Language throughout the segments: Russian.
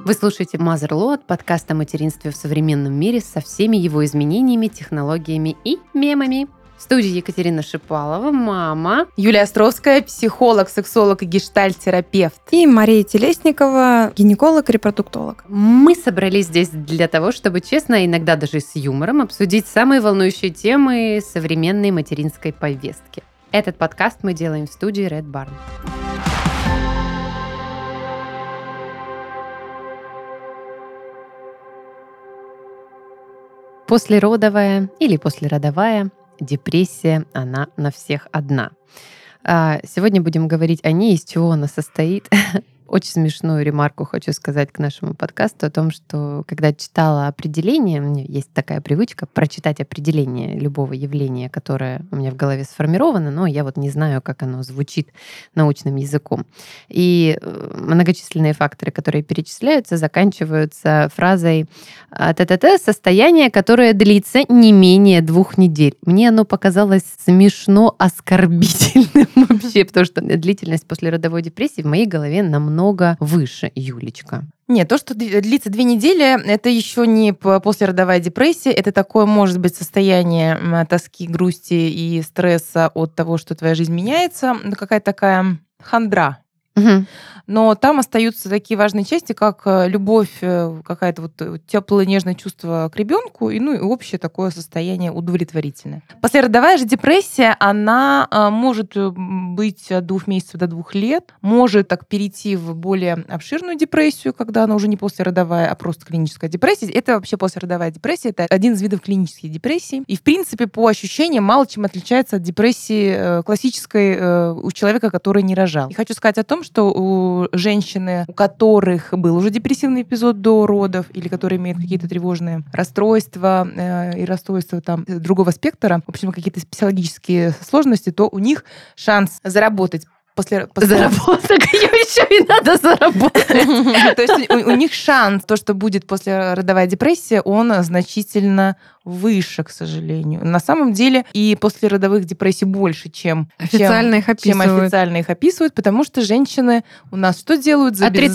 Вы слушаете Motherload, подкаст о материнстве в современном мире со всеми его изменениями, технологиями и мемами. В студии Екатерина Шипалова, мама. Юлия Островская, психолог, сексолог и гештальт-терапевт. И Мария Телесникова, гинеколог, репродуктолог. Мы собрались здесь для того, чтобы честно, иногда даже с юмором, обсудить самые волнующие темы современной материнской повестки. Этот подкаст мы делаем в студии Red Barn. Послеродовая или послеродовая депрессия, она на всех одна. Сегодня будем говорить о ней, из чего она состоит. Очень смешную ремарку хочу сказать к нашему подкасту о том, что когда читала определение, у меня есть такая привычка прочитать определение любого явления, которое у меня в голове сформировано, но я вот не знаю, как оно звучит научным языком. И многочисленные факторы, которые перечисляются, заканчиваются фразой «состояние, которое длится не менее 2 недель». Мне оно показалось смешно оскорбительным вообще, потому что длительность послеродовой депрессии в моей голове намного выше, Юлечка. Нет, то, что длится 2 недели, это еще не послеродовая депрессия, это такое, может быть, состояние тоски, грусти и стресса от того, что твоя жизнь меняется, какая-то такая хандра. Угу. Но там остаются такие важные части, как любовь, какая-то вот теплое, нежное чувство к ребенку, и общее такое состояние удовлетворительное. Послеродовая же депрессия, она может быть от 2 месяцев до 2 лет, может так перейти в более обширную депрессию, когда она уже не послеродовая, а просто клиническая депрессия. Это вообще послеродовая депрессия, это один из видов клинической депрессии. И, в принципе, по ощущениям мало чем отличается от депрессии классической у человека, который не рожал. И хочу сказать о том, что у женщины, у которых был уже депрессивный эпизод до родов, или которые имеют какие-то тревожные расстройства и расстройства там другого спектра, в общем, какие-то психологические сложности, то у них шанс заработать Заработать, ее еще и надо заработать. То есть у них шанс, то, что будет послеродовая депрессия, он значительно выше, к сожалению. На самом деле и послеродовых депрессий больше, чем официально их описывают, потому что женщины у нас что делают?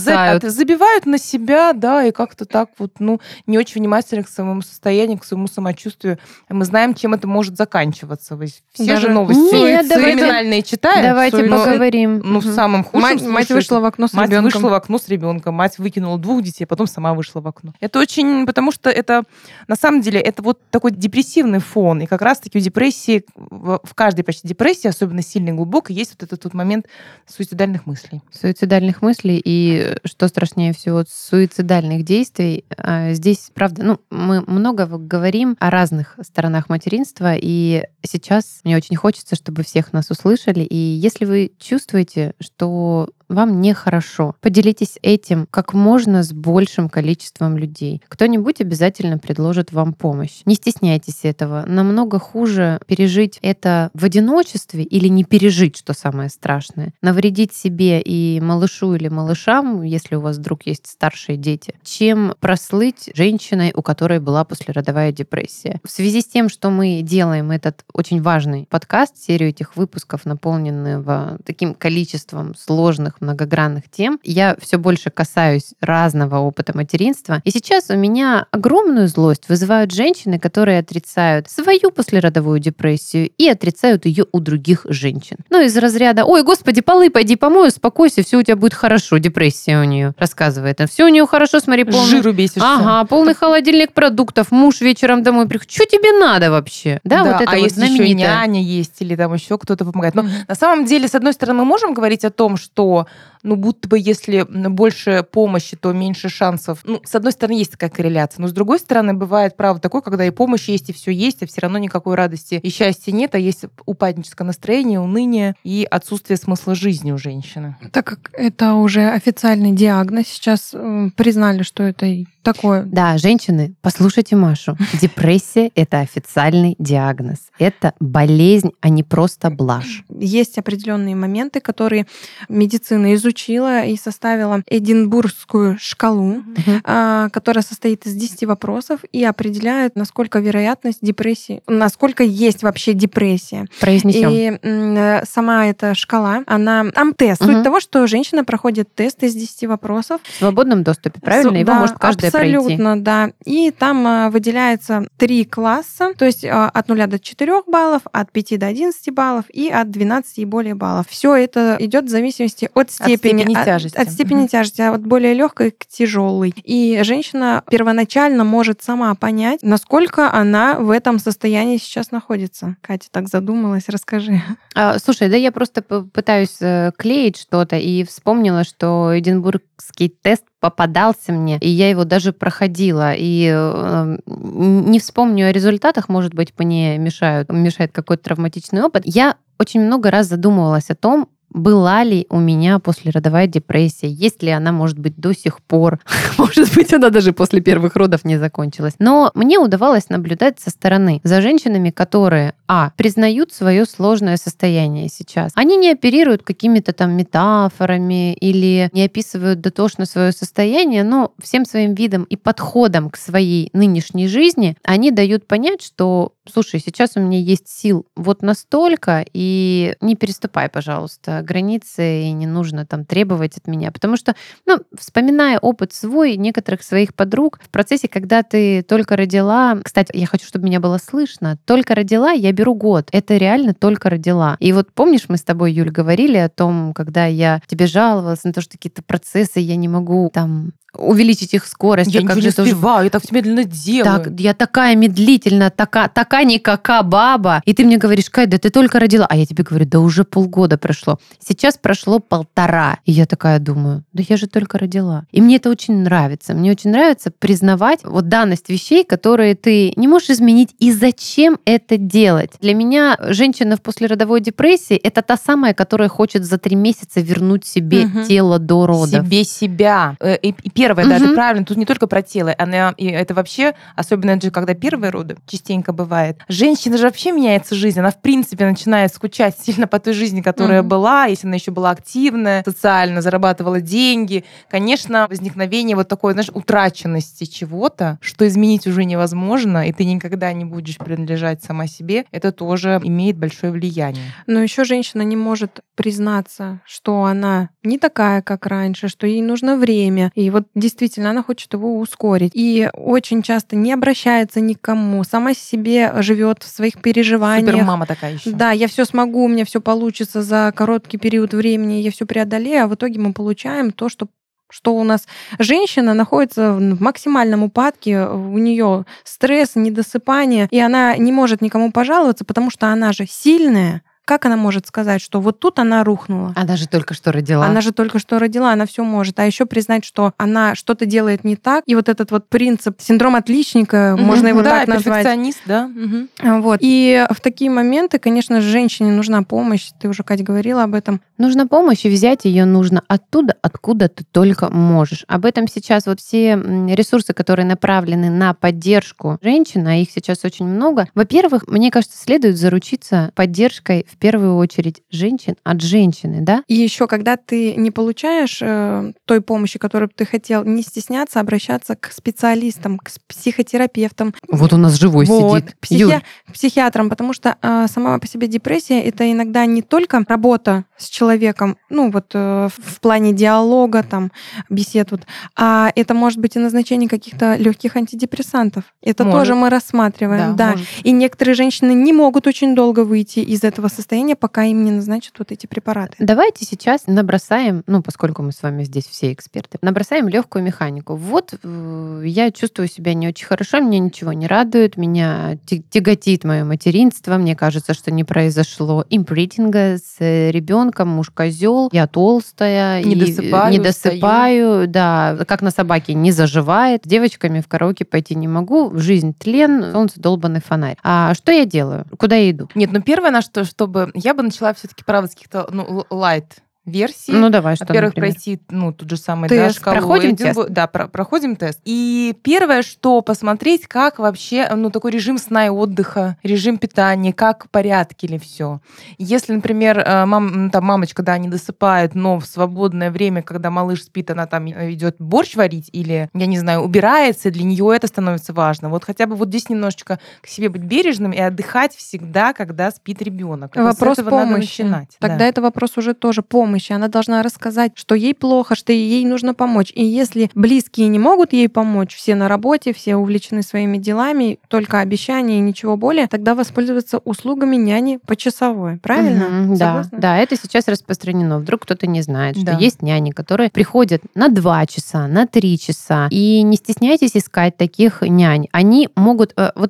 Забивают на себя, да, и как-то так вот, не очень внимательны к своему состоянию, к своему самочувствию. Мы знаем, чем это может заканчиваться. Все же новости криминальные читают. Давайте поговорим. В самом худшем случае. Мать вышла в окно с ребенком. Мать вышла в окно с ребенком. Мать выкинула 2 детей, потом сама вышла в окно. Это очень... Потому что это, на самом деле, это вот такой депрессивный фон. И как раз-таки у депрессии, в каждой почти депрессии, особенно сильной и глубокой, есть вот этот вот момент суицидальных мыслей. Суицидальных мыслей и, что страшнее всего, суицидальных действий. Здесь, правда, мы много говорим о разных сторонах материнства, и сейчас мне очень хочется, чтобы всех нас услышали. И если вы чувствуете, что вам нехорошо, поделитесь этим как можно с большим количеством людей. Кто-нибудь обязательно предложит вам помощь. Не стесняйтесь этого. Намного хуже пережить это в одиночестве или не пережить, что самое страшное. Навредить себе и малышу или малышам, если у вас вдруг есть старшие дети, чем прослыть женщиной, у которой была послеродовая депрессия. В связи с тем, что мы делаем этот очень важный подкаст, серию этих выпусков, наполненного таким количеством сложных, многогранных тем, я все больше касаюсь разного опыта материнства. И сейчас у меня огромную злость вызывают женщины, которые отрицают свою послеродовую депрессию и отрицают ее у других женщин. Из разряда: ой, господи, полы пойди помой, успокойся, все у тебя будет хорошо. Депрессия у нее рассказывает. Все у нее хорошо, смотри, полный... Жиру бесишься. Ага, полный холодильник продуктов, муж вечером домой приходит. Что тебе надо вообще? Да, вот это вот если знаменитое. Еще няня есть, или там еще кто-то помогает. Но на самом деле, с одной стороны, мы можем говорить о том, что будто бы если больше помощи, то меньше шансов. С одной стороны, есть такая корреляция, но с другой стороны, бывает, правда, такое, когда и помощь есть, и все есть, а все равно никакой радости и счастья нет, а есть упадническое настроение, уныние и отсутствие смысла жизни у женщины. Так как это уже официальный диагноз, сейчас признали, что это такое. Да, женщины, послушайте Машу. Депрессия – это официальный диагноз. Это болезнь, а не просто блажь. Есть определенные моменты, которые медицина изучила и составила Эдинбургскую шкалу, которая состоит из 10 вопросов и определяет, насколько вероятность депрессии, насколько есть вообще депрессия. Произнесем. И сама эта шкала, там тест. Суть того, что женщина проходит тест из 10 вопросов. В свободном доступе, правильно? Его может каждая пройти. Абсолютно, да. И там выделяется 3 класса, то есть от 0 до 4 баллов, от 5 до 11 баллов и от 12 и более баллов. Все это идет в зависимости от степени тяжести. От степени тяжести, от более легкой к тяжелой. И женщина первоначально может сама понять, насколько она в этом состоянии сейчас находится. Катя так задумалась, расскажи. Слушай, да я просто пытаюсь клеить что-то и вспомнила, что Эдинбургский тест попадался мне, и я его даже проходила. И не вспомню о результатах, может быть, мне мешает какой-то травматичный опыт. Я очень много раз задумывалась о том, была ли у меня послеродовая депрессия, есть ли она, может быть, до сих пор. Может быть, она даже после первых родов не закончилась. Но мне удавалось наблюдать со стороны за женщинами, которые, признают свое сложное состояние сейчас. Они не оперируют какими-то там метафорами или не описывают дотошно свое состояние, но всем своим видом и подходом к своей нынешней жизни они дают понять, что, слушай, сейчас у меня есть сил вот настолько, и не переступай, пожалуйста, границы, и не нужно там требовать от меня. Потому что, вспоминая опыт свой, некоторых своих подруг, в процессе, когда ты только родила... Кстати, я хочу, чтобы меня было слышно. Только родила, я беру год. Это реально только родила. И вот помнишь, мы с тобой, Юль, говорили о том, когда я тебе жаловалась на то, что какие-то процессы я не могу там увеличить их скорость. Я ничего не успеваю, я так медленно делаю. Так, я такая медлительная, такая никакая баба. И ты мне говоришь, Кать, да ты только родила. А я тебе говорю, да уже полгода прошло. Сейчас прошло 1,5. И я такая думаю, да я же только родила. И мне это очень нравится. Мне очень нравится признавать вот данность вещей, которые ты не можешь изменить. И зачем это делать? Для меня женщина в послеродовой депрессии — это та самая, которая хочет за 3 месяца вернуть себе тело до родов. Себя. И первое, да, это правильно, тут не только про тело, и это вообще, особенно же, когда первые роды, частенько бывает. Женщина же вообще меняется жизнь, она в принципе начинает скучать сильно по той жизни, которая была, если она еще была активная, социально, зарабатывала деньги. Конечно, возникновение вот такой, знаешь, утраченности чего-то, что изменить уже невозможно, и ты никогда не будешь принадлежать сама себе, это тоже имеет большое влияние. Но еще женщина не может признаться, что она не такая, как раньше, что ей нужно время. И вот действительно она хочет его ускорить. И очень часто не обращается ни к кому, сама себе живет в своих переживаниях. Супермама такая еще. Да, я все смогу, у меня все получится за короткий период времени, я все преодолею, а в итоге мы получаем то, что у нас женщина находится в максимальном упадке, у нее стресс, недосыпание, и она не может никому пожаловаться, потому что она же сильная. Как она может сказать, что вот тут она рухнула? Она же только что родила. Она все может. А еще признать, что она что-то делает не так. И вот этот вот принцип, синдром отличника, можно его так назвать. Перфекционист, да. Вот. И в такие моменты, конечно же, женщине нужна помощь. Ты уже, Катя, говорила об этом. Нужна помощь, и взять ее нужно оттуда, откуда ты только можешь. Об этом сейчас вот все ресурсы, которые направлены на поддержку женщин, а их сейчас очень много. Во-первых, мне кажется, следует заручиться поддержкой в первую очередь женщин от женщины, да? И еще, когда ты не получаешь той помощи, которую ты хотел, не стесняться обращаться к специалистам, к психотерапевтам. Вот у нас живой сидит. Психиатрам, потому что сама по себе депрессия — это иногда не только работа с человеком, в плане диалога, там, бесед, а это может быть и назначение каких-то легких антидепрессантов. Это тоже мы рассматриваем, да. И некоторые женщины не могут очень долго выйти из этого состояния, пока им не назначат вот эти препараты. Давайте сейчас набросаем, поскольку мы с вами здесь все эксперты, набросаем легкую механику. Вот я чувствую себя не очень хорошо, меня ничего не радует, меня тяготит мое материнство, мне кажется, что не произошло импринтинга с ребенком, муж козел, я толстая, не досыпаю, да, как на собаке не заживает, с девочками в караоке пойти не могу, жизнь тлен, солнце долбанный фонарь. А что я делаю? Куда я иду? Нет, первое, на что, чтобы я бы начала все-таки, правда, с каких-то light версии. Ну, давай, что, Во-первых, например? пройти, тот же самый Тест. шкалу Проходим тест? Да, проходим тест. И первое, что посмотреть, как вообще, такой режим сна и отдыха, режим питания, как в порядке ли все. Если, например, мамочка, да, не досыпает, но в свободное время, когда малыш спит, она там идет борщ варить или, я не знаю, убирается, для нее это становится важно. Вот хотя бы вот здесь немножечко к себе быть бережным и отдыхать всегда, когда спит ребенок. Вопрос с этого надо помощи. начинать. Тогда Да. это вопрос уже тоже помощи. Она должна рассказать, что ей плохо, что ей нужно помочь. И если близкие не могут ей помочь, все на работе, все увлечены своими делами, только обещания и ничего более, тогда воспользоваться услугами няни почасовой. Правильно? Мгм, да, Согласна? да, это сейчас распространено. Вдруг кто-то не знает, что Да. есть няни, которые приходят на 2 часа, на 3 часа. И не стесняйтесь искать таких нянь. Они могут...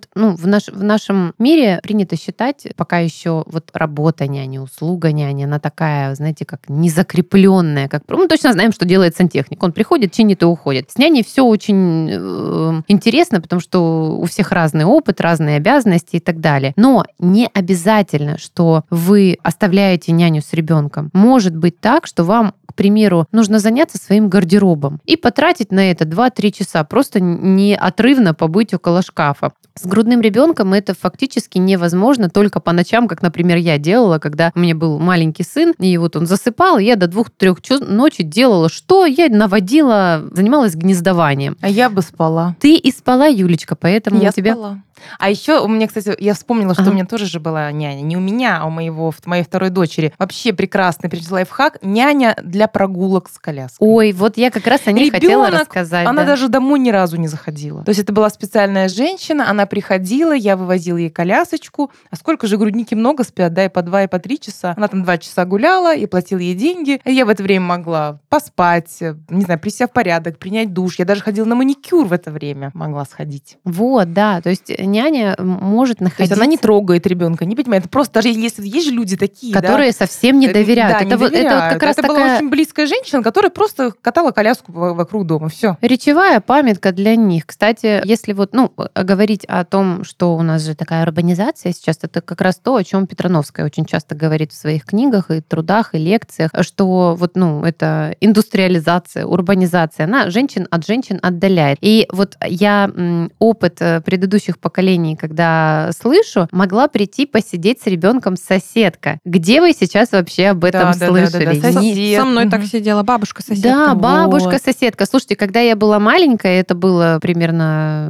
в нашем мире принято считать пока еще вот работа няни, услуга няни, она такая, знаете, как незакрепленная. Мы точно знаем, что делает сантехник. Он приходит, чинит и уходит. С няней все очень интересно, потому что у всех разный опыт, разные обязанности и так далее. Но не обязательно, что вы оставляете няню с ребенком. Может быть так, что вам, к примеру, нужно заняться своим гардеробом и потратить на это 2-3 часа, просто неотрывно побыть около шкафа. С грудным ребенком это фактически невозможно только по ночам, как, например, я делала, когда у меня был маленький сын, и вот он засыпал, и я до 2-3 ночи делала что? Я наводила, занималась гнездованием. А я бы спала. Ты и спала, Юлечка, поэтому Я у тебя... спала. А еще у меня, кстати, я вспомнила, что Ага. у меня тоже же была няня. Не у меня, а у моей второй дочери. Вообще прекрасный лайфхак. Няня для прогулок с коляской. Ой, вот я как раз о ней хотела Ребенок, рассказать. Она да. даже домой ни разу не заходила. То есть это была специальная женщина, она приходила, я вывозила ей колясочку. А сколько же грудники много спят, да, и по 2, и по 3 часа. Она там 2 часа гуляла, и платила ей деньги. И я в это время могла поспать, не знаю, привести себя в порядок, принять душ. Я даже ходила на маникюр в это время, могла сходить. Вот, да, то есть няня может То находиться... есть она не трогает ребенка, не понимает. Это просто даже если есть же люди такие, которые совсем не доверяют. Да, это, не вот, это вот доверяют. как раз Это была такая очень близкая женщина, которая просто катала коляску вокруг дома. Все. речевая памятка для них. Кстати, если говорить о том, что у нас же такая урбанизация сейчас, это как раз то, о чем Петрановская очень часто говорит в своих книгах и трудах, и лекциях, что это индустриализация, урбанизация, она женщин от женщин отдаляет. И вот я опыт предыдущих поколений, когда слышу, могла прийти посидеть с ребенком соседка. Где вы сейчас вообще об этом слышали? да, сосед. Со мной так Мгм. сидела бабушка-соседка. Да, Вот. бабушка-соседка. Слушайте, когда я была маленькая, это было примерно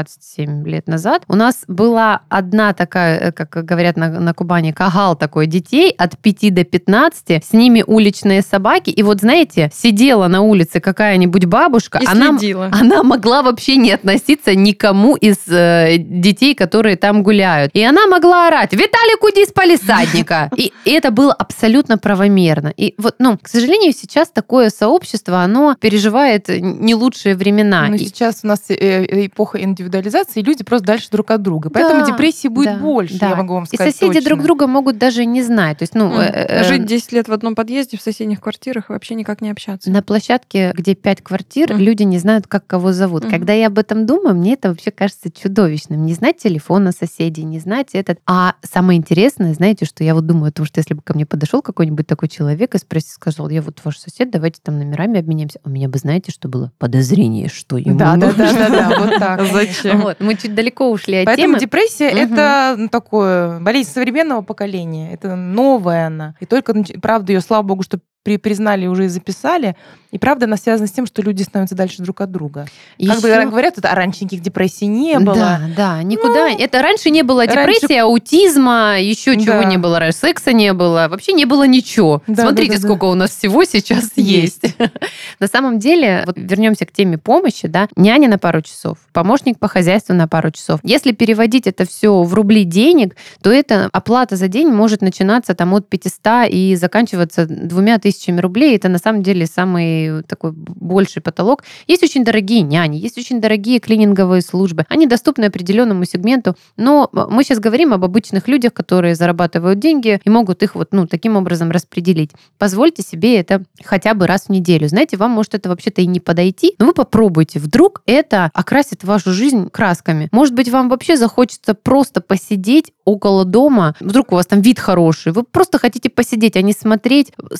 27 лет назад, у нас была одна такая, как говорят на Кубани, кагал такой детей от 5 до 15, с ними уличные собаки. И вот, знаете, сидела на улице какая-нибудь бабушка, И она следила. могла вообще не относиться никому из детей, которые там гуляют. И она могла орать: «Виталик, уйди с палисадника!» И это было абсолютно правомерно. И к сожалению, сейчас такое сообщество, оно переживает не лучшие времена. Но И- сейчас у нас эпоха индивидуализации, и люди просто дальше друг от друга. Поэтому Да, депрессии будет да, больше, да. я могу вам И сказать соседи точно. друг друга могут даже не знать. То есть, Жить 10 лет в одном подъезде, в соседних квартирах и вообще никак не общаться. на площадке, где 5 квартир, Мгм. люди не знают, как кого зовут. Мгм. Когда я об этом думаю, мне это вообще кажется чудовищным. Не знать телефона соседей, не знать этот. А самое интересное, знаете, что я думаю о том, что если бы ко мне подошел какой-нибудь такой человек и сказал: «Я вот ваш сосед, давайте там номерами обменяемся». У меня бы, знаете, что было? Подозрение, что ему Да, нужно. вот так. Зачем? Вот, мы чуть далеко ушли от Поэтому темы. депрессия Мгм. это такое болезнь современного поколения. Это новая она. И только, правда, ее, слава богу, что признали уже и записали. И правда, она связана с тем, что люди становятся дальше друг от друга. Как бы Ещё- говорят, а раньше никаких депрессий не было. Да, никуда. Это раньше не было раньше- депрессии, аутизма, еще чего Да. не было раньше, секса не было, вообще не было ничего. Да, Смотрите, да, да, сколько у нас всего сейчас есть. На самом деле, вот вернемся к теме помощи, да, няня на пару часов, помощник по хозяйству на пару часов. Если переводить это все в рубли денег, то эта оплата за день может начинаться там от 500 и заканчиваться 2000 рублей. Это на самом деле самый такой больший потолок. Есть очень дорогие няни, есть очень дорогие клининговые службы. Они доступны определенному сегменту, но мы сейчас говорим об обычных людях, которые зарабатывают деньги и могут их таким образом распределить. Позвольте себе это хотя бы раз в неделю. Знаете, вам может это вообще-то и не подойти, но вы попробуйте. Вдруг это окрасит вашу жизнь красками. Может быть, вам вообще захочется просто посидеть около дома. Вдруг у вас там вид хороший. Вы просто хотите посидеть, а не смотреть, спит ребенок,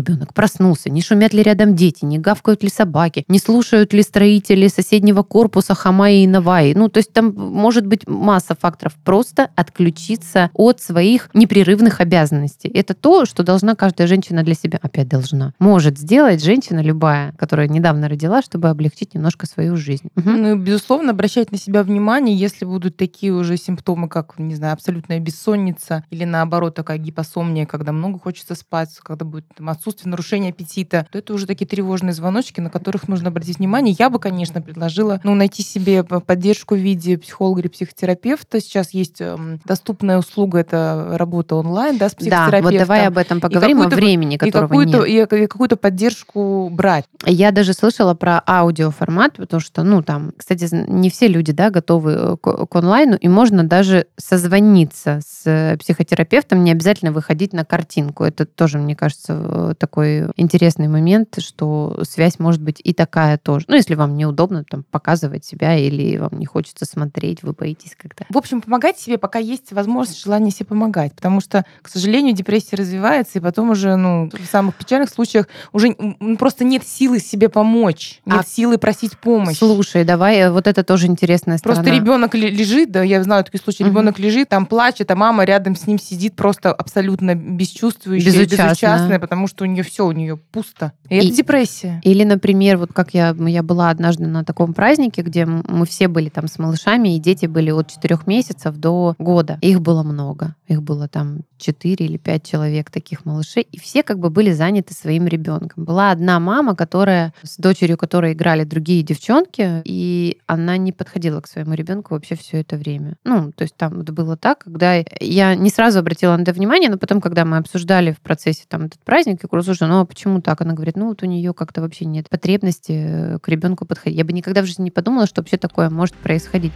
ребенок проснулся, не шумят ли рядом дети, не гавкают ли собаки, не слушают ли строители соседнего корпуса Хамаи и Наваи. Ну, то есть там может быть масса факторов. Просто отключиться от своих непрерывных обязанностей. Это то, что должна каждая женщина для себя, опять должна, может сделать женщина любая, которая недавно родила, чтобы облегчить немножко свою жизнь. Ну, безусловно, обращать на себя внимание, если будут такие уже симптомы, как, не знаю, абсолютная бессонница или, наоборот, такая гипосомния, когда много хочется спать, когда будет там, отсутствие, нарушение аппетита, то это уже такие тревожные звоночки, на которых нужно обратить внимание. Я бы, конечно, предложила найти себе поддержку в виде психолога или психотерапевта. Сейчас есть доступная услуга, это работа онлайн, да, с психотерапевтом. Да, вот давай об этом поговорим, о времени, которого нет. И какую-то поддержку брать. Я даже слышала про аудиоформат, потому что, там, кстати, не все люди, да, готовы к онлайну, и можно даже созвониться с психотерапевтом, не обязательно выходить на картинку. Это тоже, мне кажется, такой интересный момент, что связь может быть и такая тоже. Если вам неудобно там показывать себя или вам не хочется смотреть, вы боитесь как-то. В общем, помогать себе, пока есть возможность, желание себе помогать. Потому что, к сожалению, депрессия развивается, и потом уже, в самых печальных случаях уже просто нет силы себе помочь, нет силы просить помощь. Слушай, давай, вот это тоже интересная сторона. Просто ребенок лежит, да, я знаю такие случаи, ребенок лежит, там плачет, а мама рядом с ним сидит просто абсолютно бесчувствующая, безучастная, потому что у нее пусто. И это депрессия. Или, например, вот как я была однажды на таком празднике, где мы все были там с малышами, и дети были от 4 месяцев до года. Их было много. Их было там 4 или 5 человек таких малышей, и все как бы были заняты своим ребенком. Была одна мама, которая с дочерью, которой играли другие девчонки, и она не подходила к своему ребенку вообще все это время. То есть там это было так, когда я не сразу обратила на это внимание, но потом, когда мы обсуждали в процессе там этот праздник, я говорю, слушай, а почему так? Она говорит, вот у нее как-то вообще нет потребности к ребенку подходить. Я бы никогда в жизни не подумала, что вообще такое может происходить.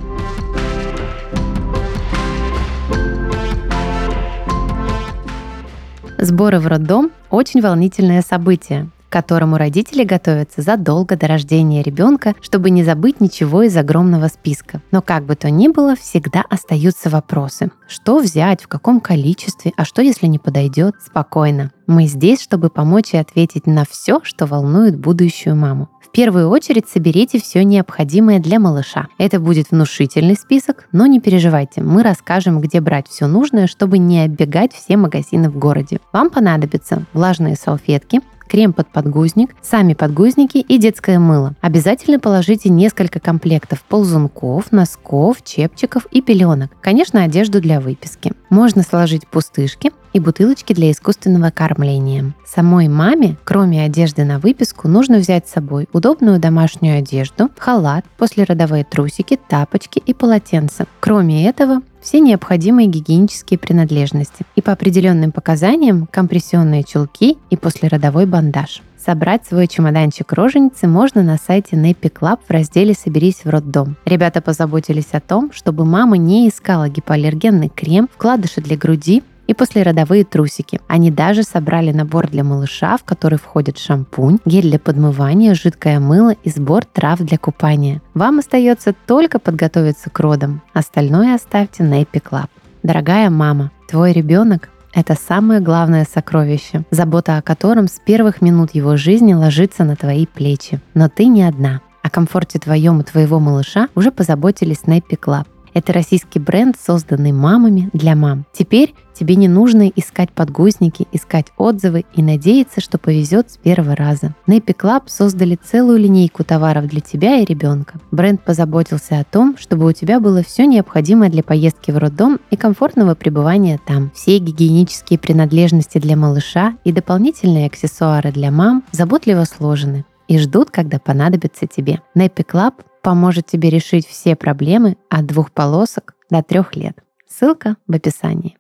Сборы в роддом – очень волнительное событие, к которому родители готовятся задолго до рождения ребенка, чтобы не забыть ничего из огромного списка. Но как бы то ни было, всегда остаются вопросы. Что взять, в каком количестве, а что, если не подойдет? Спокойно. Мы здесь, чтобы помочь и ответить на все, что волнует будущую маму. В первую очередь соберите все необходимое для малыша. Это будет внушительный список, но не переживайте, мы расскажем, где брать все нужное, чтобы не оббегать все магазины в городе. Вам понадобятся влажные салфетки, крем под подгузник, сами подгузники и детское мыло. Обязательно положите несколько комплектов ползунков, носков, чепчиков и пеленок. Конечно, одежду для выписки. Можно сложить пустышки и бутылочки для искусственного кормления. Самой маме, кроме одежды на выписку, нужно взять с собой удобную домашнюю одежду, халат, послеродовые трусики, тапочки и полотенце. Кроме этого, все необходимые гигиенические принадлежности и по определенным показаниям компрессионные чулки и послеродовой бандаж. Собрать свой чемоданчик роженицы можно на сайте Nappy Club в разделе «Соберись в роддом». Ребята позаботились о том, чтобы мама не искала гипоаллергенный крем, вкладыши для груди и послеродовые трусики. Они даже собрали набор для малыша, в который входит шампунь, гель для подмывания, жидкое мыло и сбор трав для купания. Вам остается только подготовиться к родам. Остальное оставьте на Nappy Club. Дорогая мама, твой ребенок – это самое главное сокровище, забота о котором с первых минут его жизни ложится на твои плечи. Но ты не одна. О комфорте твоем и твоего малыша уже позаботились Nappy Club. Это российский бренд, созданный мамами для мам. Теперь тебе не нужно искать подгузники, искать отзывы и надеяться, что повезет с первого раза. Nappy Club создали целую линейку товаров для тебя и ребенка. Бренд позаботился о том, чтобы у тебя было все необходимое для поездки в роддом и комфортного пребывания там. Все гигиенические принадлежности для малыша и дополнительные аксессуары для мам заботливо сложены и ждут, когда понадобится тебе. Nappy Club поможет тебе решить все проблемы от 2 полосок до 3 лет. Ссылка в описании.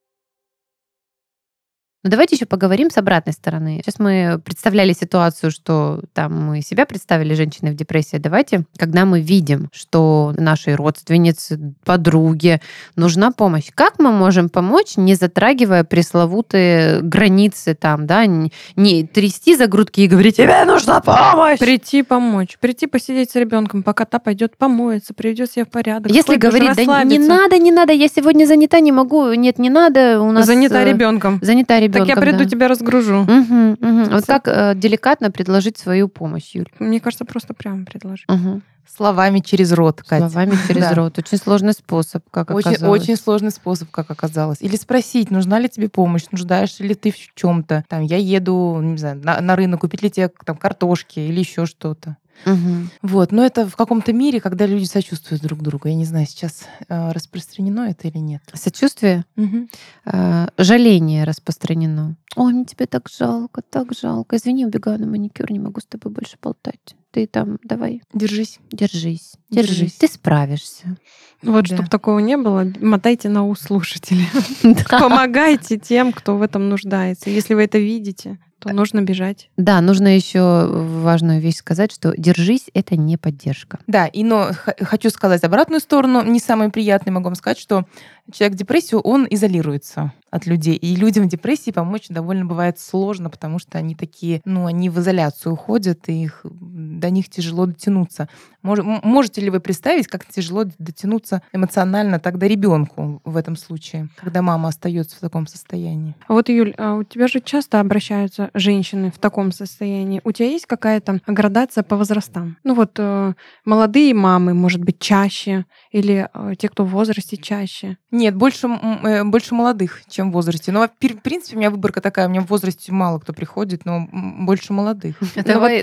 Но давайте еще поговорим с обратной стороны. Сейчас мы представляли ситуацию, что там мы себя представили женщиной в депрессии. Давайте, когда мы видим, что нашей родственнице, подруге нужна помощь, как мы можем помочь, не затрагивая пресловутые границы там, да, не трясти за грудки и говорить: тебе нужна помощь! Прийти помочь, прийти посидеть с ребенком, пока та пойдет помоется, приведет себя в порядок. Если говорить, да не надо, я сегодня занята, не могу, нет, не надо, у нас... Занята ребенком. Занята ребенком. Так я приду, тебя разгружу. Вот как деликатно предложить свою помощь, Юль? Мне кажется, просто прямо предложить. Словами через рот, Катя. Словами через рот. Очень сложный способ, как оказалось. Очень сложный способ, как оказалось. Или спросить, нужна ли тебе помощь, нуждаешься ли ты в чем-то. Там, я еду, не знаю, на рынок, купить ли тебе там картошки или еще что-то. Вот, но это в каком-то мире, когда люди сочувствуют друг другу. Я не знаю, сейчас распространено это или нет. Сочувствие? Жаление распространено. Ой, мне тебя так жалко, так жалко. Извини, убегаю на маникюр, не могу с тобой больше болтать. Ты там давай. Держись. Ты справишься. Вот, чтобы такого не было, мотайте на ус слушателей. Помогайте тем, кто в этом нуждается. Если вы это видите, то нужно бежать. Да, нужно еще важную вещь сказать, что держись — это не поддержка. Да, но хочу сказать обратную сторону, не самое приятное, могу вам сказать, что человек в депрессию, он изолируется от людей. И людям в депрессии помочь довольно бывает сложно, потому что они такие, они в изоляцию уходят, и до них тяжело дотянуться. Можете ли вы представить, как тяжело дотянуться эмоционально тогда ребенку в этом случае, когда мама остается в таком состоянии? Вот, Юль, у тебя же часто обращаются женщины в таком состоянии. У тебя есть какая-то градация по возрастам? Молодые мамы, может быть, чаще, или те, кто в возрасте, чаще? Нет, больше молодых, чем в возрасте. Но, в принципе, у меня выборка такая. У меня в возрасте мало кто приходит, но больше молодых. Давай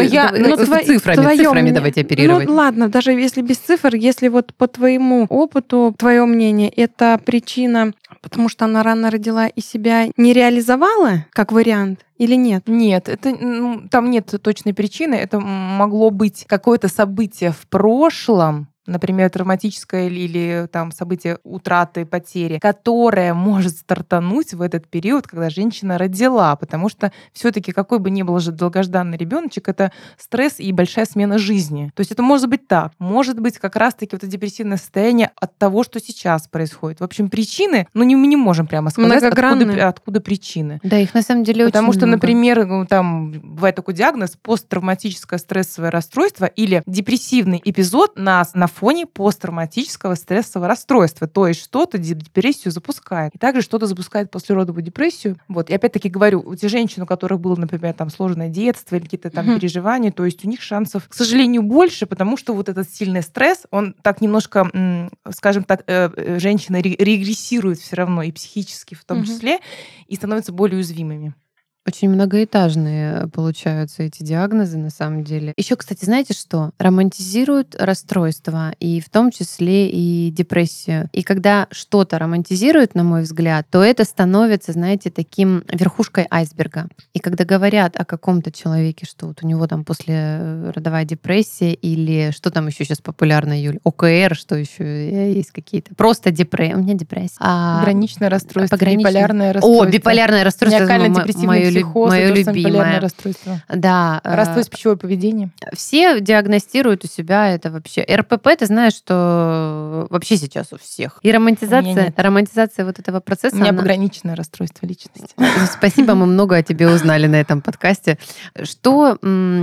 цифрами давайте оперировать. Ладно, даже если без цифр, если вот по твоему опыту, твое мнение, это причина, потому что она рано родила и себя не реализовала, как вариант, или нет? Нет, там нет точной причины. Это могло быть какое-то событие в прошлом, например, травматическое или там событие утраты, потери, которое может стартануть в этот период, когда женщина родила, потому что все-таки какой бы ни был же долгожданный ребеночек, это стресс и большая смена жизни. То есть это может быть так. Может быть как раз-таки вот это депрессивное состояние от того, что сейчас происходит. В общем, причины, мы не можем прямо сказать, откуда причины. Да, их на самом деле очень Потому что, много. например, там бывает такой диагноз посттравматическое стрессовое расстройство или депрессивный эпизод на фоне посттравматического стрессового расстройства. То есть что-то депрессию запускает. И также что-то запускает послеродовую депрессию. Вот. И опять-таки говорю, у тех женщин, у которых было, например, там сложное детство или какие-то там переживания, то есть у них шансов, к сожалению, больше, потому что вот этот сильный стресс, он так немножко, скажем так, женщина регрессирует все равно и психически в том числе, и становятся более уязвимыми. Очень многоэтажные получаются эти диагнозы на самом деле. Еще, кстати, знаете что? Романтизируют расстройство, и в том числе и депрессию. И когда что-то романтизируют, на мой взгляд, то это становится, знаете, таким верхушкой айсберга. И когда говорят о каком-то человеке, что вот у него там послеродовая депрессия, или что там еще сейчас популярно, Юль? ОКР, что еще есть какие-то? Просто депрессия. У меня депрессия. Пограничное расстройство, биполярное расстройство. Биполярное расстройство. Маниакально-депрессивное психоз, мое любимое расстройство. Да. Расстройство пищевого поведения. Все диагностируют у себя это вообще. РПП, ты знаешь, что вообще сейчас у всех. И романтизация вот этого процесса. У меня пограничное расстройство личности. Спасибо, мы много о тебе узнали на этом подкасте. Кому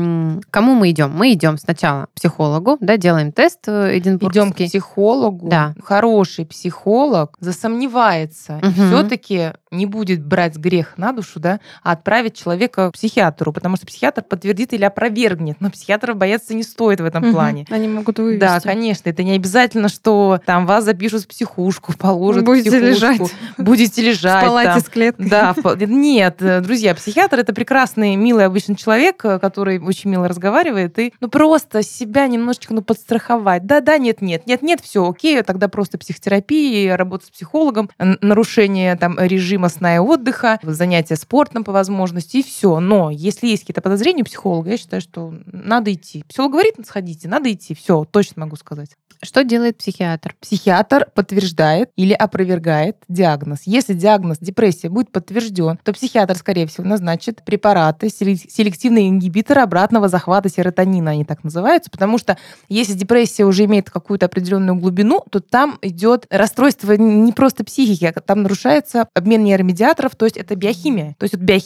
мы идем? Мы идем сначала к психологу, да, делаем тест эдинбургский. Идем к психологу. Да. Хороший психолог засомневается и все-таки не будет брать грех на душу, да, а отправить человека к психиатру, потому что психиатр подтвердит или опровергнет, но психиатров бояться не стоит в этом плане. Они могут вывести. Да, конечно, это не обязательно, что там вас запишут в психушку, положат будете в психушку. Будете лежать. В палате с клеткой. Да, нет, друзья, психиатр — это прекрасный, милый обычный человек, который очень мило разговаривает, и просто себя немножечко подстраховать. Да, нет, все окей, тогда просто психотерапия, работа с психологом, нарушение там режима сна и отдыха, занятия спортом по возможности, и все. Но если есть какие-то подозрения у психолога, я считаю, что надо идти. Психолог говорит, сходите, надо идти. Все, точно могу сказать. Что делает психиатр? Психиатр подтверждает или опровергает диагноз. Если диагноз депрессия будет подтвержден, то психиатр, скорее всего, назначит препараты, селективные ингибиторы обратного захвата серотонина, они так называются, потому что если депрессия уже имеет какую-то определенную глубину, то там идет расстройство не просто психики, а там нарушается обмен нейромедиаторов, то есть это биохимия. То есть вот биохимия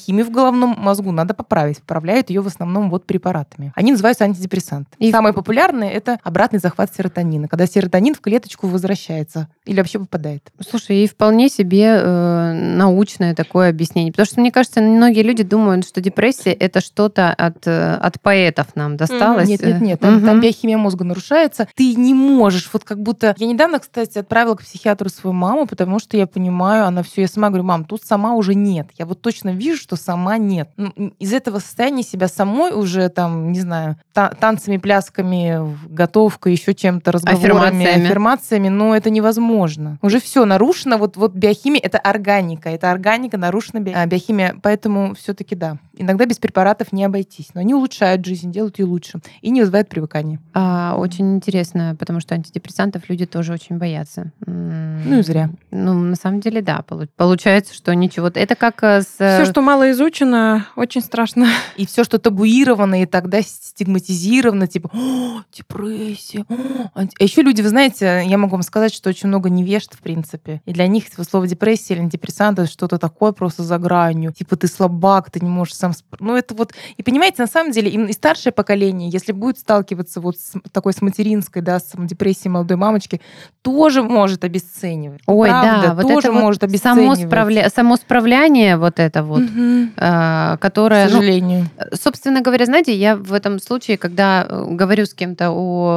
биохимию в головном мозгу надо поправить. Поправляют ее в основном вот препаратами. Они называются антидепрессанты. И самые популярные — это обратный захват серотонина, когда серотонин в клеточку возвращается или вообще попадает. Слушай, и вполне себе научное такое объяснение. Потому что, мне кажется, многие люди думают, что депрессия — это что-то от поэтов нам досталось. Нет. Там биохимия мозга нарушается. Ты не можешь, вот как будто... Я недавно, кстати, отправила к психиатру свою маму, потому что я понимаю, она все, я сама говорю: мам, тут сама уже нет. Я вот точно вижу, что сама нет. Из этого состояния себя самой уже там, не знаю, танцами, плясками, готовкой, еще чем-то, разговорами, аффирмациями, но это невозможно. Уже все нарушено. Вот биохимия — это органика, нарушена биохимия, поэтому все-таки да. Иногда без препаратов не обойтись, но они улучшают жизнь, делают ее лучше и не вызывают привыкания. Очень интересно, потому что антидепрессантов люди тоже очень боятся. Ну и зря. На самом деле, да. Получается, что ничего. Это как Все, что мало изучено, очень страшно. И все, что табуировано и тогда стигматизировано, типа депрессия. А еще люди, вы знаете, я могу вам сказать, что очень много невежд, в принципе. И для них слово депрессия или антидепрессанты — что-то такое просто за гранью. Типа ты слабак, ты не можешь сам... это вот... И понимаете, на самом деле, и старшее поколение, если будет сталкиваться вот с материнской, да, с депрессией молодой мамочки, тоже может обесценивать. Ой, правда, да, тоже вот может обесценивать. Само справляние вот это вот, которое... К сожалению. Собственно говоря, знаете, я в этом случае, когда говорю с кем-то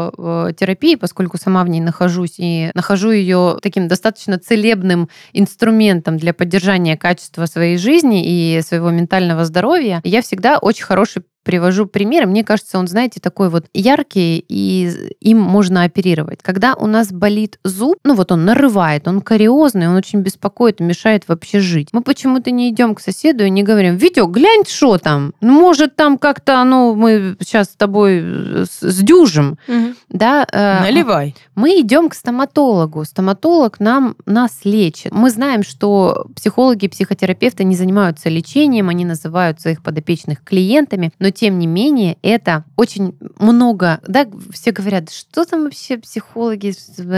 о терапии, поскольку сама в ней нахожусь, и нахожу ее таким достаточно целебным инструментом для поддержания качества своей жизни и своего ментального здоровья, я всегда очень хороший привожу пример. Мне кажется, он, знаете, такой вот яркий, и им можно оперировать. Когда у нас болит зуб, он нарывает, он кариозный, он очень беспокоит, мешает вообще жить. Мы почему-то не идем к соседу и не говорим: Витё, глянь, что там. Может, там как-то, мы сейчас с тобой сдюжим. Да? Наливай. Мы идем к стоматологу. Стоматолог нас лечит. Мы знаем, что психологи, психотерапевты не занимаются лечением, они называют своих подопечных клиентами, но тем не менее это очень много, да, все говорят: что там вообще психологи,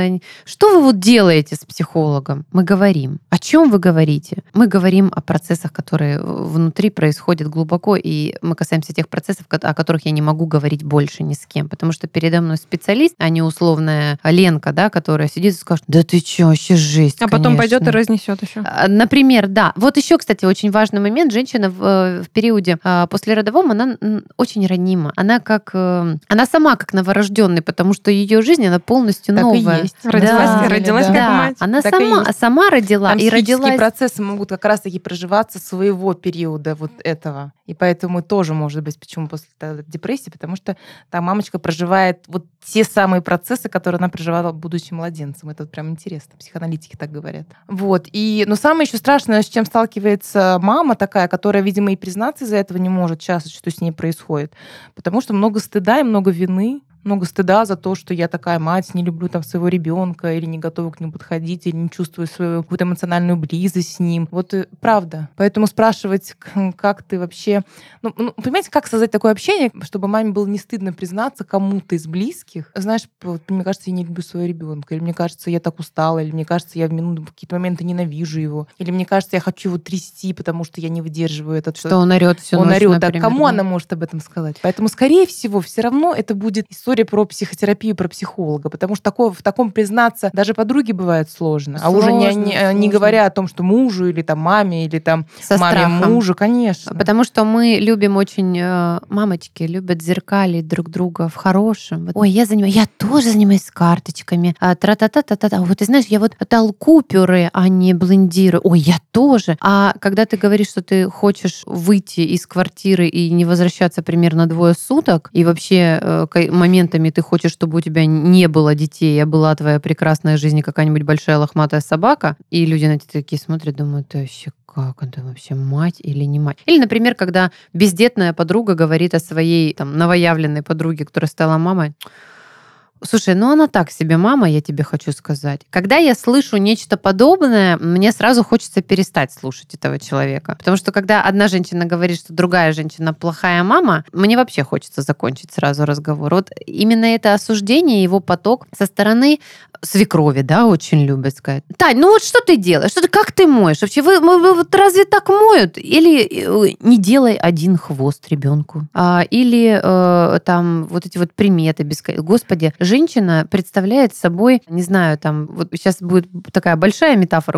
что вы вот делаете с психологом? Мы говорим. О чем вы говорите? Мы говорим о процессах, которые внутри происходят глубоко, и мы касаемся тех процессов, о которых я не могу говорить больше ни с кем, потому что передо мной специалист, а не условная Ленка, да, которая сидит и скажет: да ты чё, вообще жесть, а потом конечно. пойдет и разнесет еще. Например, да. Вот еще, кстати, очень важный момент. Женщина в периоде послеродовом, она очень ранима. Она сама как новорожденный, потому что ее жизнь, она полностью так новая. И есть. Родилась как мать. Она так сама родила. Там и родилась. процессы могут как раз-таки проживаться своего периода вот этого. И поэтому тоже может быть, почему после депрессии, потому что там мамочка проживает вот те самые процессы, которые она проживала, будучи младенцем. Это вот прям интересно. Психоаналитики так говорят. Вот. Но самое еще страшное, с чем сталкивается мама такая, которая, видимо, и признаться из-за этого не может часто, что с ней происходит. Потому что много стыда и много вины. Много стыда за то, что я такая мать, не люблю там своего ребенка, или не готова к нему подходить, или не чувствую свою какую-то эмоциональную близость с ним. Вот правда. Поэтому спрашивать, как ты вообще... понимаете, как создать такое общение, чтобы маме было не стыдно признаться кому-то из близких. Знаешь, мне кажется, я не люблю своего ребенка, или мне кажется, я так устала, или мне кажется, я в какие-то моменты ненавижу его, или мне кажется, я хочу его трясти, потому что я не выдерживаю этот... Что он орет всю ночь, орет, например, да. Кому она может об этом сказать? Поэтому, скорее всего, все равно это будет история про психотерапию, про психолога, потому что в таком признаться даже подруге бывает сложно. А уже не говоря о том, что мужу или там маме, или там со маме страхом. мужу, конечно. Потому что мы любим очень... Мамочки любят зеркалить друг друга в хорошем. Ой, я тоже занимаюсь карточками. Тра-та-та-та-та. Вот ты знаешь, я вот толку пюре, а не блендирую. Ой, я тоже. А когда ты говоришь, что ты хочешь выйти из квартиры и не возвращаться примерно 2 суток, и вообще моментами ты хочешь, чтобы у тебя не было детей, а была твоя прекрасная жизнь, какая-нибудь большая лохматая собака, и люди на тебя такие смотрят, думают: ты вообще как это вообще, мать или не мать? Или, например, когда бездетная подруга говорит о своей там новоявленной подруге, которая стала мамой: Слушай, ну она так себе мама, я тебе хочу сказать. Когда я слышу нечто подобное, мне сразу хочется перестать слушать этого человека. Потому что когда одна женщина говорит, что другая женщина плохая мама, мне вообще хочется закончить сразу разговор. Вот именно это осуждение, его поток со стороны свекрови, да, очень любят сказать. Тань, ну вот что ты делаешь? Как ты моешь? Вообще, вот разве так моют? Или не делай один хвост ребенку. Или там вот эти вот приметы. Господи, женщина представляет собой, не знаю, там, вот сейчас будет такая большая метафора,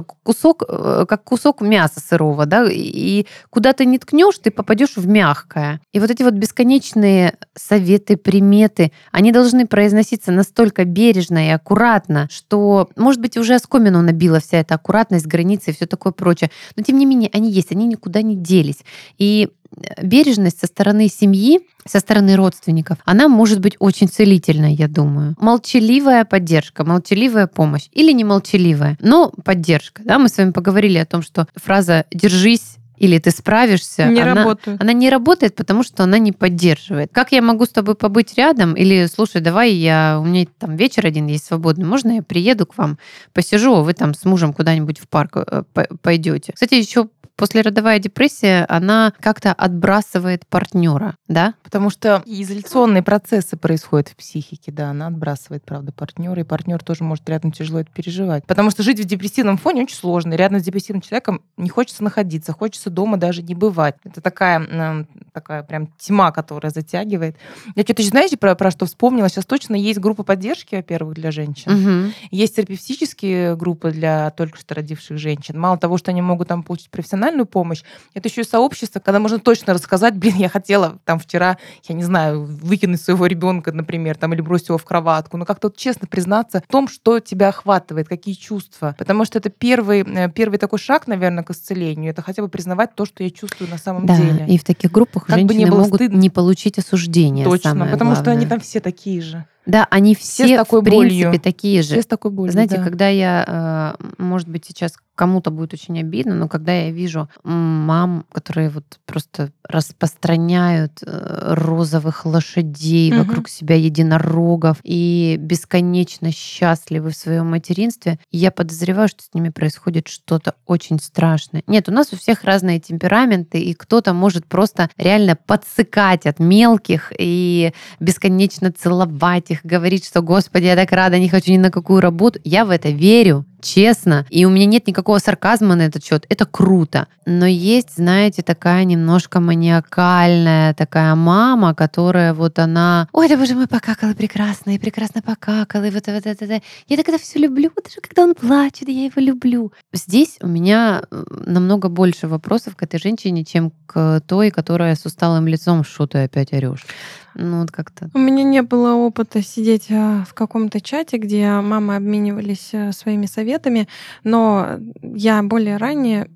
как кусок мяса сырого, да, и куда ты не ткнешь, ты попадешь в мягкое. И вот эти вот бесконечные советы, приметы, они должны произноситься настолько бережно и аккуратно, что, может быть, уже оскомину набила вся эта аккуратность, границы и все такое прочее. Но, тем не менее, они есть, они никуда не делись. И бережность со стороны семьи, со стороны родственников, она может быть очень целительной, я думаю. Молчаливая поддержка, молчаливая помощь или не молчаливая, но поддержка. Да? Мы с вами поговорили о том, что фраза «держись» или «ты справишься», она не работает, потому что она не поддерживает. Как я могу с тобой побыть рядом? Или, слушай, давай у меня там вечер один есть свободный, можно я приеду к вам, посижу, а вы там с мужем куда-нибудь в парк пойдете? Кстати, еще послеродовая депрессия, она как-то отбрасывает партнера, да? Потому что изоляционные процессы происходят в психике, да, она отбрасывает, правда, партнера, и партнер тоже может рядом тяжело это переживать. Потому что жить в депрессивном фоне очень сложно. Рядом с депрессивным человеком не хочется находиться, хочется дома даже не бывать. Это такая прям тьма, которая затягивает. Я что-то еще, знаете, про что вспомнила? Сейчас точно есть группа поддержки, во-первых, для женщин. Угу. Есть терапевтические группы для только что родивших женщин. Мало того, что они могут там получить профессиональную помощь, это еще и сообщество, когда можно точно рассказать, я хотела там вчера, я не знаю, выкинуть своего ребенка, например, там, или бросить его в кроватку, но как-то вот честно признаться в том, что тебя охватывает, какие чувства. Потому что это первый такой шаг, наверное, к исцелению. Это хотя бы признавать то, что я чувствую на самом деле. Да, и в таких группах как женщины могут не получить осуждения. Точно, потому что они там все такие же. Да, они все в принципе такие же. Все с такой болью. Знаете, когда я, может быть, сейчас кому-то будет очень обидно, но когда я вижу мам, которые вот просто распространяют розовых лошадей вокруг себя, единорогов, и бесконечно счастливы в своем материнстве, я подозреваю, что с ними происходит что-то очень страшное. Нет, у нас у всех разные темпераменты, и кто-то может просто реально подсыкать от мелких и бесконечно целовать их, говорить, что, Господи, я так рада, не хочу ни на какую работу. Я в это верю, честно. И у меня нет никакого сарказма на этот счет. Это круто. Но есть, знаете, такая немножко маниакальная такая мама, которая вот она... Ой, да боже мой, покакала прекрасно, и прекрасно покакала, и вот это. Я так это все люблю, даже когда он плачет, я его люблю. Здесь у меня намного больше вопросов к этой женщине, чем к той, которая с усталым лицом, что ты опять орешь. Ну, вот как-то. У меня не было опыта сидеть в каком-то чате, где мамы обменивались своими советами, но я более ранее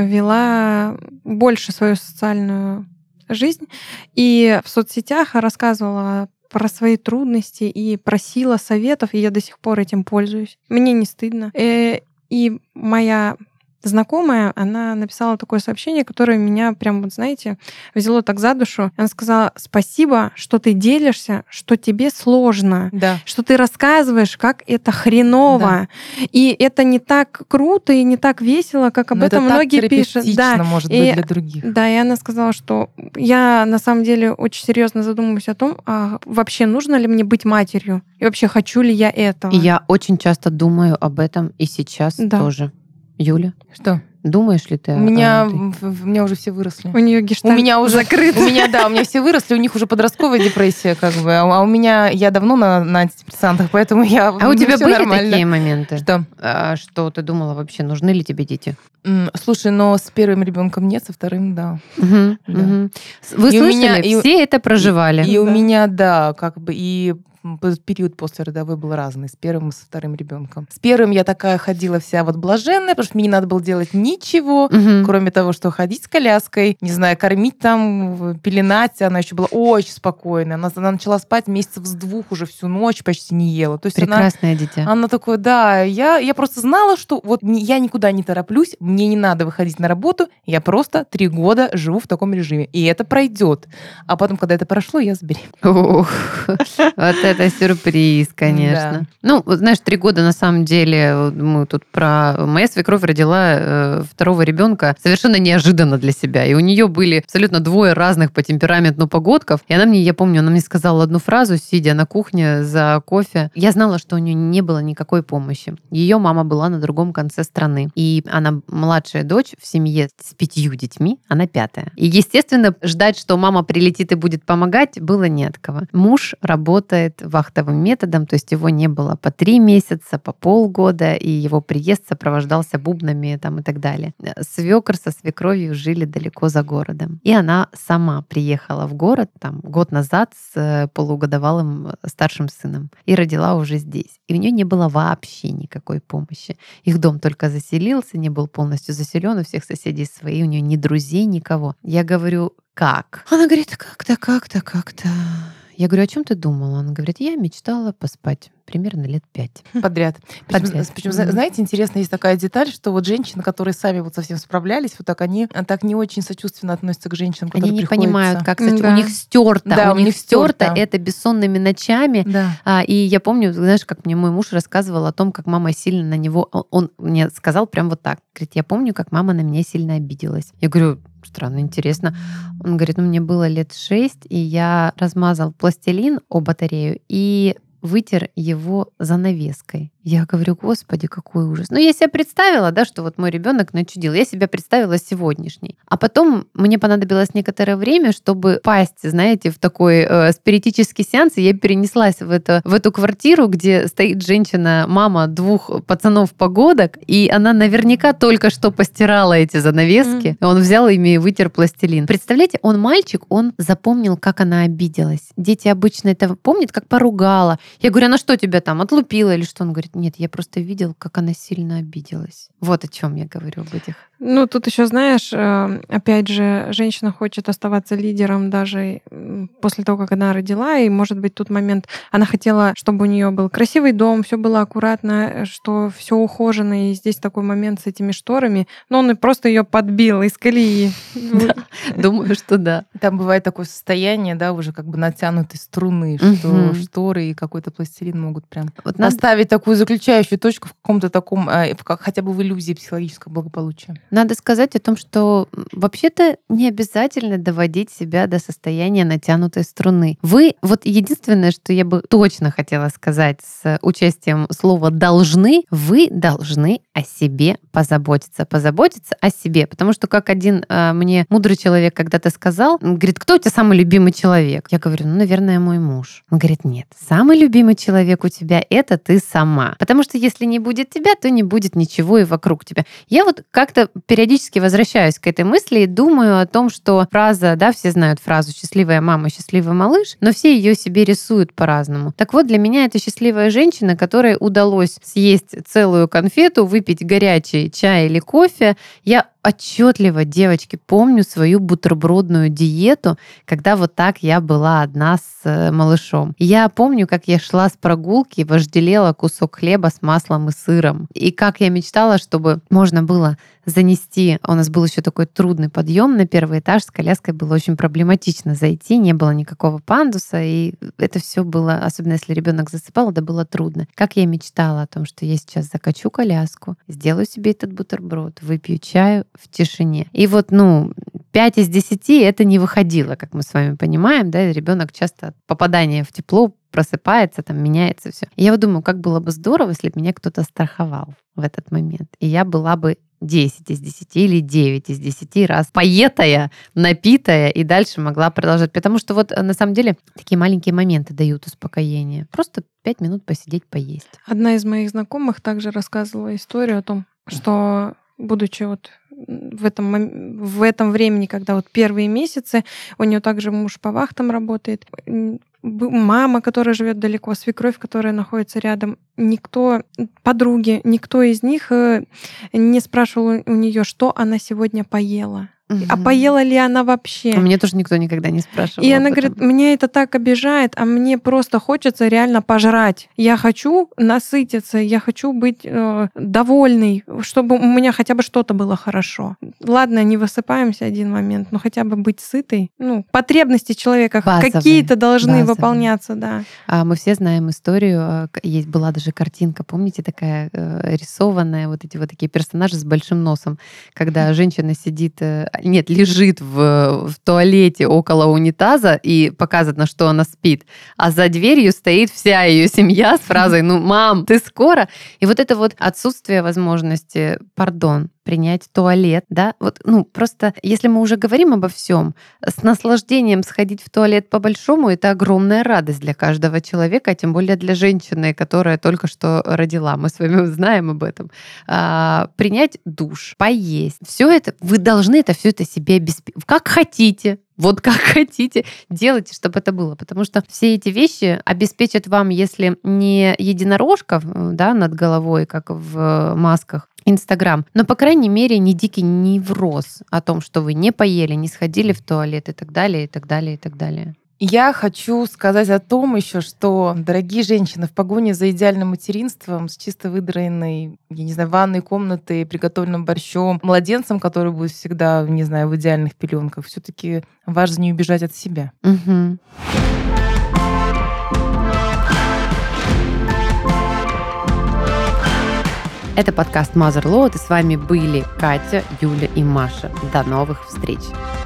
вела больше свою социальную жизнь и в соцсетях рассказывала про свои трудности и просила советов, и я до сих пор этим пользуюсь. Мне не стыдно. И моя знакомая, она написала такое сообщение, которое меня прям, вот знаете, взяло так за душу. Она сказала: спасибо, что ты делишься, что тебе сложно, да, что ты рассказываешь, как это хреново. Да. И это не так круто и не так весело, как об этом многие пишут. Да, может быть, для других. Да, и она сказала, что я на самом деле очень серьезно задумываюсь о том, а вообще нужно ли мне быть матерью, и вообще хочу ли я этого. И я очень часто думаю об этом и сейчас тоже. Юля? Что? Думаешь ли ты? У меня уже все выросли. У нее гештальт у меня уже закрыт. У меня все выросли, у них уже подростковая депрессия, как бы. А у меня, я давно на антидепрессантах, поэтому я. А у тебя были нормально. Такие моменты? Что? Что ты думала вообще, нужны ли тебе дети? Слушай, но с первым ребенком нет, со вторым да. Вы слышали? Все это проживали. И у меня, да, как бы и период послеродовой был разный, с первым и со вторым ребенком. С первым я такая ходила вся вот блаженная, потому что мне не надо было делать ничего, кроме того, что ходить с коляской, не знаю, кормить там, пеленать. Она еще была очень спокойная. Она начала спать месяцев с 2 уже всю ночь, почти не ела. То есть прекрасное дитя. Она такое, да, я просто знала, что вот я никуда не тороплюсь, мне не надо выходить на работу, я просто 3 года живу в таком режиме. И это пройдет. А потом, когда это прошло, я забеременела. Ух, вот это сюрприз, конечно. Ну, знаешь, 3 года на самом деле мы тут Моя свекровь родила 2-го ребенка совершенно неожиданно для себя. И у нее были абсолютно 2 разных по темпераменту погодков. И я помню, она мне сказала одну фразу, сидя на кухне за кофе. Я знала, что у нее не было никакой помощи. Ее мама была на другом конце страны. И она младшая дочь в семье с 5 детьми, она 5-я. И, естественно, ждать, что мама прилетит и будет помогать, было не от кого. Муж работает вахтовым методом, то есть его не было по 3 месяца, по полгода, и его приезд сопровождался бубнами там, и так далее. Свекр со свекровью жили далеко за городом. И она сама приехала в город там, год назад с полугодовалым старшим сыном и родила уже здесь. И у нее не было вообще никакой помощи. Их дом только заселился, не был полностью заселен, у всех соседей свои, у нее ни друзей, никого. Я говорю, как? Она говорит, как-то. Я говорю, о чем ты думала? Она говорит, я мечтала поспать примерно лет 5. Подряд. Причем, знаете, интересно, есть такая деталь, что вот женщины, которые сами вот совсем справлялись, вот так они так не очень сочувственно относятся к женщинам, которые Они не приходится... понимают, как у них стерто. Да, у них стерто это бессонными ночами. Да. И я помню, знаешь, как мне мой муж рассказывал о том, как мама сильно на него... Он мне сказал прям вот так. Говорит, я помню, как мама на меня сильно обиделась. Я говорю, странно, интересно. Он говорит, мне было лет 6, и я размазал пластилин о батарею и вытер его занавеской. Я говорю, господи, какой ужас. Я себя представила, да, что вот мой ребенок начудил. Я себя представила сегодняшней. А потом мне понадобилось некоторое время, чтобы пасть, знаете, в такой спиритический сеанс. И я перенеслась в эту квартиру, где стоит женщина, мама 2 пацанов-погодок, и она наверняка только что постирала эти занавески. Он взял ими и вытер пластилин. Представляете, он мальчик, он запомнил, как она обиделась. Дети обычно это помнят, как поругала. Я говорю, она что тебя там, отлупила или что? Он говорит, нет, я просто видел, как она сильно обиделась. Вот о чем я говорю об этих. Тут еще, знаешь, опять же, женщина хочет оставаться лидером даже после того, как она родила, и, может быть, тут момент, она хотела, чтобы у нее был красивый дом, все было аккуратно, что все ухожено, и здесь такой момент с этими шторами, но он просто ее подбил из колеи. Думаю, что да. Там бывает такое состояние, да, уже как бы натянутой струны, что шторы и какой-то пластилин могут прям поставить такую заключающую точку в каком-то таком, хотя бы в иллюзии психологического благополучия. Надо сказать о том, что вообще-то не обязательно доводить себя до состояния натянутой струны. Вот единственное, что я бы точно хотела сказать с участием слова «должны», вы должны о себе позаботиться о себе. Потому что, как один мне мудрый человек когда-то сказал, он говорит, кто у тебя самый любимый человек? Я говорю, наверное, мой муж. Он говорит, нет, самый любимый человек у тебя — это ты сама. Потому что если не будет тебя, то не будет ничего и вокруг тебя. Я вот как-то периодически возвращаюсь к этой мысли и думаю о том, что фраза, да, все знают фразу «счастливая мама, счастливый малыш», но все ее себе рисуют по-разному. Так вот, для меня это счастливая женщина, которой удалось съесть целую конфету, выпить горячий чай или кофе. Я отчетливо, девочки, помню свою бутербродную диету, когда вот так я была одна с малышом. Я помню, как я шла с прогулки и вожделела кусок хлеба с маслом и сыром. И как я мечтала, чтобы можно было занести. У нас был еще такой трудный подъем на 1-й этаж. С коляской было очень проблематично зайти, не было никакого пандуса, и это все было, особенно если ребенок засыпал, это было трудно. Как я мечтала о том, что я сейчас закачу коляску, сделаю себе этот бутерброд, выпью чаю в тишине. И вот, 5 из 10 это не выходило, как мы с вами понимаем, да, ребенок часто от попадания в тепло просыпается, там меняется все. И я вот думаю, как было бы здорово, если бы меня кто-то страховал в этот момент. И я была бы 10 из 10 или 9 из 10 раз поетая, напитая и дальше могла продолжать. Потому что вот на самом деле такие маленькие моменты дают успокоение. Просто 5 минут посидеть, поесть. Одна из моих знакомых также рассказывала историю о том, что будучи вот в этом времени, когда вот первые месяцы, у нее также муж по вахтам работает, мама, которая живет далеко, свекровь, которая находится рядом, подруги, никто из них не спрашивал у нее, что она сегодня поела. а поела ли она вообще. Мне тоже никто никогда не спрашивал. И она говорит, меня это так обижает, а мне просто хочется реально пожрать. Я хочу насытиться, я хочу быть довольной, чтобы у меня хотя бы что-то было хорошо. Ладно, не высыпаемся один момент, но хотя бы быть сытой. Потребности человека какие-то должны выполняться, да. Мы все знаем историю, была даже картинка, помните, такая рисованная, вот эти вот такие персонажи с большим носом, когда женщина лежит в туалете около унитаза и показывает, на что она спит, а за дверью стоит вся ее семья с фразой «мам, ты скоро?» И вот это вот отсутствие возможности, принять туалет, да, просто если мы уже говорим обо всем, с наслаждением сходить в туалет по-большому, это огромная радость для каждого человека, а тем более для женщины, которая только что родила. Мы с вами знаем об этом. Принять душ, поесть. Все это, вы должны все это себе обеспечить. Как хотите. Вот как хотите, делайте, чтобы это было. Потому что все эти вещи обеспечат вам, если не единорожка, да, над головой, как в масках, Инстаграм, но, по крайней мере, не дикий невроз о том, что вы не поели, не сходили в туалет и так далее, и так далее, и так далее. Я хочу сказать о том еще, что, дорогие женщины, в погоне за идеальным материнством, с чисто выдраенной, ванной комнатой, приготовленным борщом, младенцем, который будет всегда, в идеальных пеленках, все-таки важно не убежать от себя. Угу. Это подкаст Mother Load, и с вами были Катя, Юля и Маша. До новых встреч!